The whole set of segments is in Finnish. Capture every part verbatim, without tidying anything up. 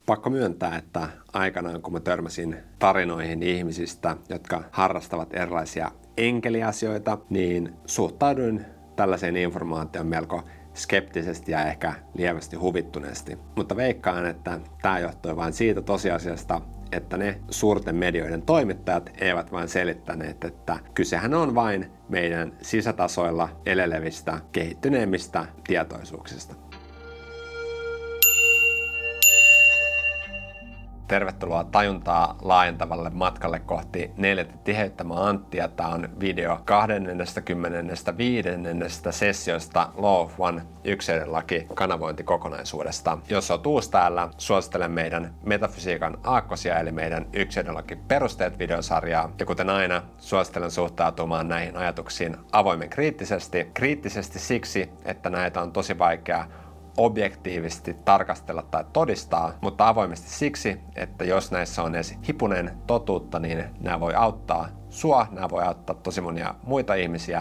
Pakko myöntää, että aikanaan kun mä törmäsin tarinoihin ihmisistä, jotka harrastavat erilaisia enkeliasioita, niin suhtauduin tällaiseen informaatioon melko skeptisesti ja ehkä lievästi huvittuneesti. Mutta veikkaan, että tämä johtui vain siitä tosiasiasta, että ne suurten medioiden toimittajat eivät vain selittäneet, että kysehän on vain meidän sisätasoilla elelevistä, kehittyneemmistä tietoisuuksista. Tervetuloa tajuntaa laajentavalle matkalle kohti neljättä tiheyttämää Anttia. Tämä on video kaksikymmentäviisi sessiosta Law of One ykseydenlaki kanavointikokonaisuudesta. Jos olet uusi täällä, suosittelen meidän metafysiikan aakkosia eli meidän ykseydenlaki perusteet videosarjaa. Ja kuten aina, suosittelen suhtautumaan näihin ajatuksiin avoimen kriittisesti. Kriittisesti siksi, että näitä on tosi vaikea objektiivisesti tarkastella tai todistaa, mutta avoimesti siksi, että jos näissä on edes hipunen totuutta, niin nämä voi auttaa sua, nämä voi auttaa tosi monia muita ihmisiä.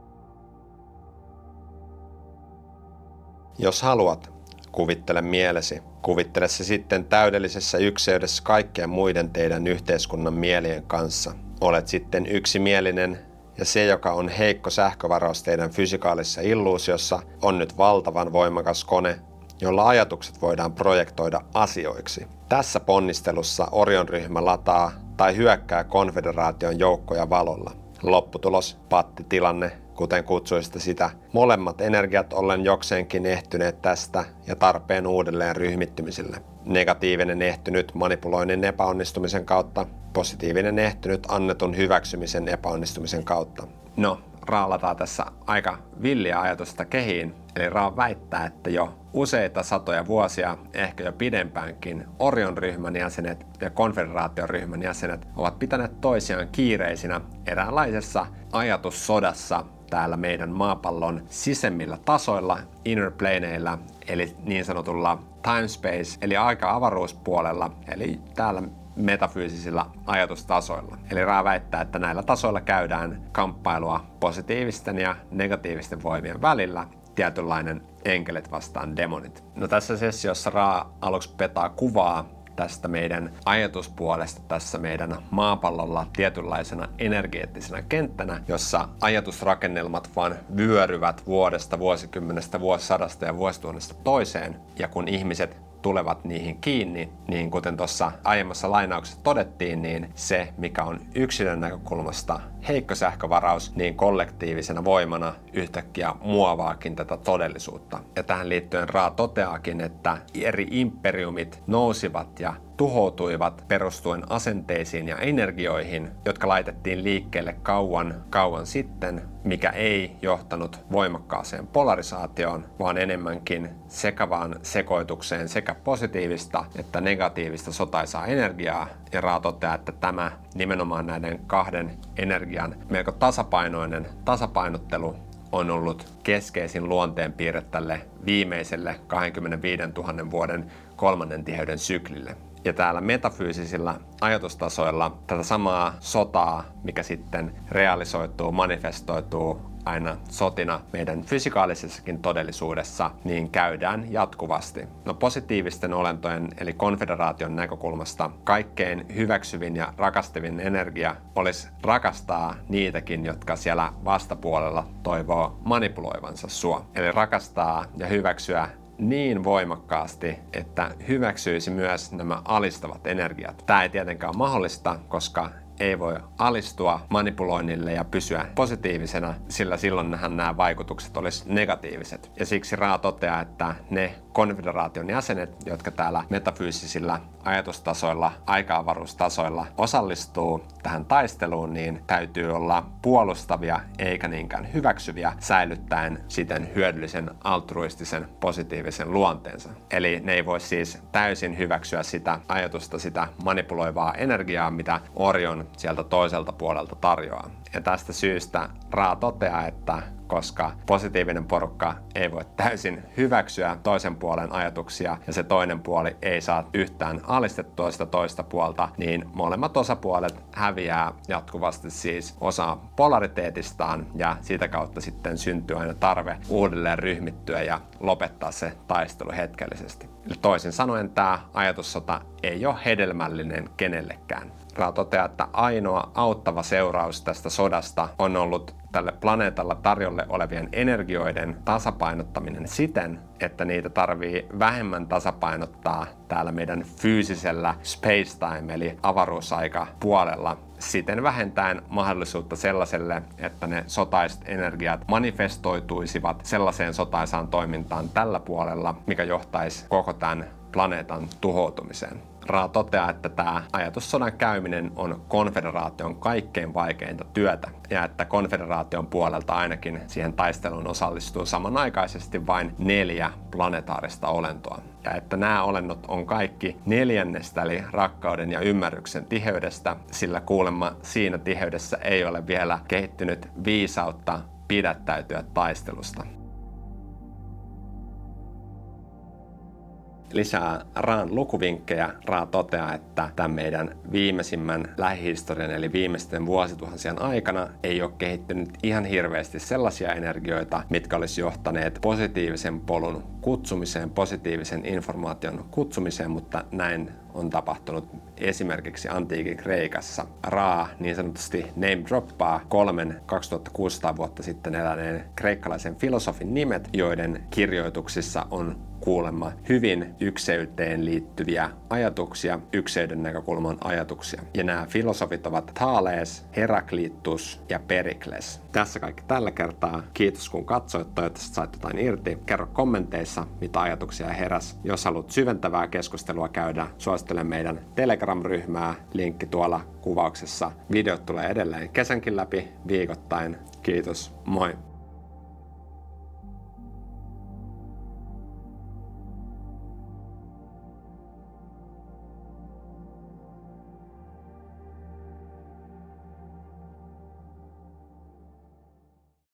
Jos haluat, kuvittele mielesi. Kuvittele se sitten täydellisessä ykseydessä kaikkien muiden teidän yhteiskunnan mielien kanssa. Olet sitten yksimielinen, ja se, joka on heikko sähkövaraus teidän fysikaalisessa illuusiossa, on nyt valtavan voimakas kone, jolla ajatukset voidaan projektoida asioiksi. Tässä ponnistelussa Orion-ryhmä lataa tai hyökkää konfederaation joukkoja valolla. Lopputulos, pattitilanne, kuten kutsuisitte sitä. Molemmat energiat ollen jokseenkin ehtyneet tästä ja tarpeen uudelleen ryhmittymiselle. Negatiivinen ehtynyt manipuloinnin epäonnistumisen kautta, positiivinen ehtynyt annetun hyväksymisen epäonnistumisen kautta. No, Ra lataa tässä aika villiä ajatusta kehiin, eli Ra väittää, että jo useita satoja vuosia, ehkä jo pidempäänkin, Orion-ryhmän jäsenet ja konfederaation-ryhmän jäsenet ovat pitäneet toisiaan kiireisinä eräänlaisessa ajatussodassa täällä meidän maapallon sisemmillä tasoilla, inner planeilla, eli niin sanotulla time space, eli aika-avaruuspuolella, eli täällä metafyysisillä ajatustasoilla. Eli Ra väittää, että näillä tasoilla käydään kamppailua positiivisten ja negatiivisten voimien välillä, tietynlainen enkelit vastaan demonit. No tässä sessiossa Ra aluksi petaa kuvaa tästä meidän ajatuspuolesta tässä meidän maapallolla tietynlaisena energeettisenä kenttänä, jossa ajatusrakennelmat vaan vyöryvät vuodesta, vuosikymmenestä, vuosisadasta ja vuosituhannesta toiseen. Ja kun ihmiset tulevat niihin kiinni, niin kuten tuossa aiemmassa lainauksessa todettiin, niin se, mikä on yksilön näkökulmasta heikko sähkövaraus, niin kollektiivisena voimana yhtäkkiä muovaakin tätä todellisuutta. Ja tähän liittyen Ra toteaakin, että eri imperiumit nousivat ja tuhoutuivat perustuen asenteisiin ja energioihin, jotka laitettiin liikkeelle kauan, kauan sitten, mikä ei johtanut voimakkaaseen polarisaatioon, vaan enemmänkin sekavaan sekoitukseen sekä positiivista että negatiivista sotaisaa energiaa. Ja Ra toteaa, että tämä nimenomaan näiden kahden energian melko tasapainoinen tasapainottelu on ollut keskeisin luonteenpiirre tälle viimeiselle kaksikymmentäviisituhatta vuoden kolmannen tiheyden syklille. Ja täällä metafyysisillä ajatustasoilla tätä samaa sotaa, mikä sitten realisoituu, manifestoituu aina sotina meidän fysikaalisessakin todellisuudessa, niin käydään jatkuvasti. No positiivisten olentojen eli konfederaation näkökulmasta kaikkein hyväksyvin ja rakastavin energia olisi rakastaa niitäkin, jotka siellä vastapuolella toivoo manipuloivansa sua. Eli rakastaa ja hyväksyä niin voimakkaasti, että hyväksyisi myös nämä alistavat energiat. Tämä ei tietenkään ole mahdollista, koska ei voi alistua manipuloinnille ja pysyä positiivisena, sillä silloinhan nämä vaikutukset olisi negatiiviset. Ja siksi Ra toteaa, että ne konfederaation jäsenet, jotka täällä metafyysisillä ajatustasoilla, aika-avaruustasoilla osallistuu tähän taisteluun, niin täytyy olla puolustavia eikä niinkään hyväksyviä, säilyttäen siten hyödyllisen, altruistisen, positiivisen luonteensa. Eli ne ei voi siis täysin hyväksyä sitä ajatusta, sitä manipuloivaa energiaa, mitä Orion sieltä toiselta puolelta tarjoaa. Ja tästä syystä Ra toteaa, että koska positiivinen porukka ei voi täysin hyväksyä toisen puolen ajatuksia ja se toinen puoli ei saa yhtään alistettua sitä toista puolta, niin molemmat osapuolet häviää jatkuvasti siis osa polariteetistaan ja siitä kautta sitten syntyy aina tarve uudelleen ryhmittyä ja lopettaa se taistelu hetkellisesti. Eli toisin sanoen tämä ajatussota ei ole hedelmällinen kenellekään. Ra toteaa, että ainoa auttava seuraus tästä sodasta on ollut tälle planeetalla tarjolle olevien energioiden tasapainottaminen siten, että niitä tarvii vähemmän tasapainottaa täällä meidän fyysisellä space-time eli avaruusaika puolella, siten vähentäen mahdollisuutta sellaiselle, että ne sotaiset energiat manifestoituisivat sellaiseen sotaisaan toimintaan tällä puolella, mikä johtaisi koko tämän planeetan tuhoutumiseen. Ra toteaa, että tämä ajatussodan käyminen on konfederaation kaikkein vaikeinta työtä ja että konfederaation puolelta ainakin siihen taisteluun osallistuu samanaikaisesti vain neljä planetaarista olentoa. Ja että nämä olennot on kaikki neljännestä eli rakkauden ja ymmärryksen tiheydestä, sillä kuulemma siinä tiheydessä ei ole vielä kehittynyt viisautta pidättäytyä taistelusta. Lisää Raan lukuvinkkejä. Ra toteaa, että tämän meidän viimeisimmän lähihistorian eli viimeisten vuosituhansien aikana ei ole kehittynyt ihan hirveästi sellaisia energioita, mitkä olisi johtaneet positiivisen polun kutsumiseen, positiivisen informaation kutsumiseen, mutta näin on tapahtunut esimerkiksi antiikin Kreikassa. Ra niin sanotusti name droppaa kolmen kaksituhattakuusisataa vuotta sitten eläneen kreikkalaisen filosofin nimet, joiden kirjoituksissa on kuulemma hyvin ykseyteen liittyviä ajatuksia, ykseyden näkökulman ajatuksia. Ja nämä filosofit ovat Thales, Heraklitus ja Perikles. Tässä kaikki tällä kertaa. Kiitos kun katsoit, toivottavasti sait jotain irti. Kerro kommenteissa, mitä ajatuksia heräs. Jos haluat syventävää keskustelua käydä, suosittelen meidän Telegram-ryhmää. Linkki tuolla kuvauksessa. Videot tulee edelleen kesänkin läpi viikoittain. Kiitos, moi!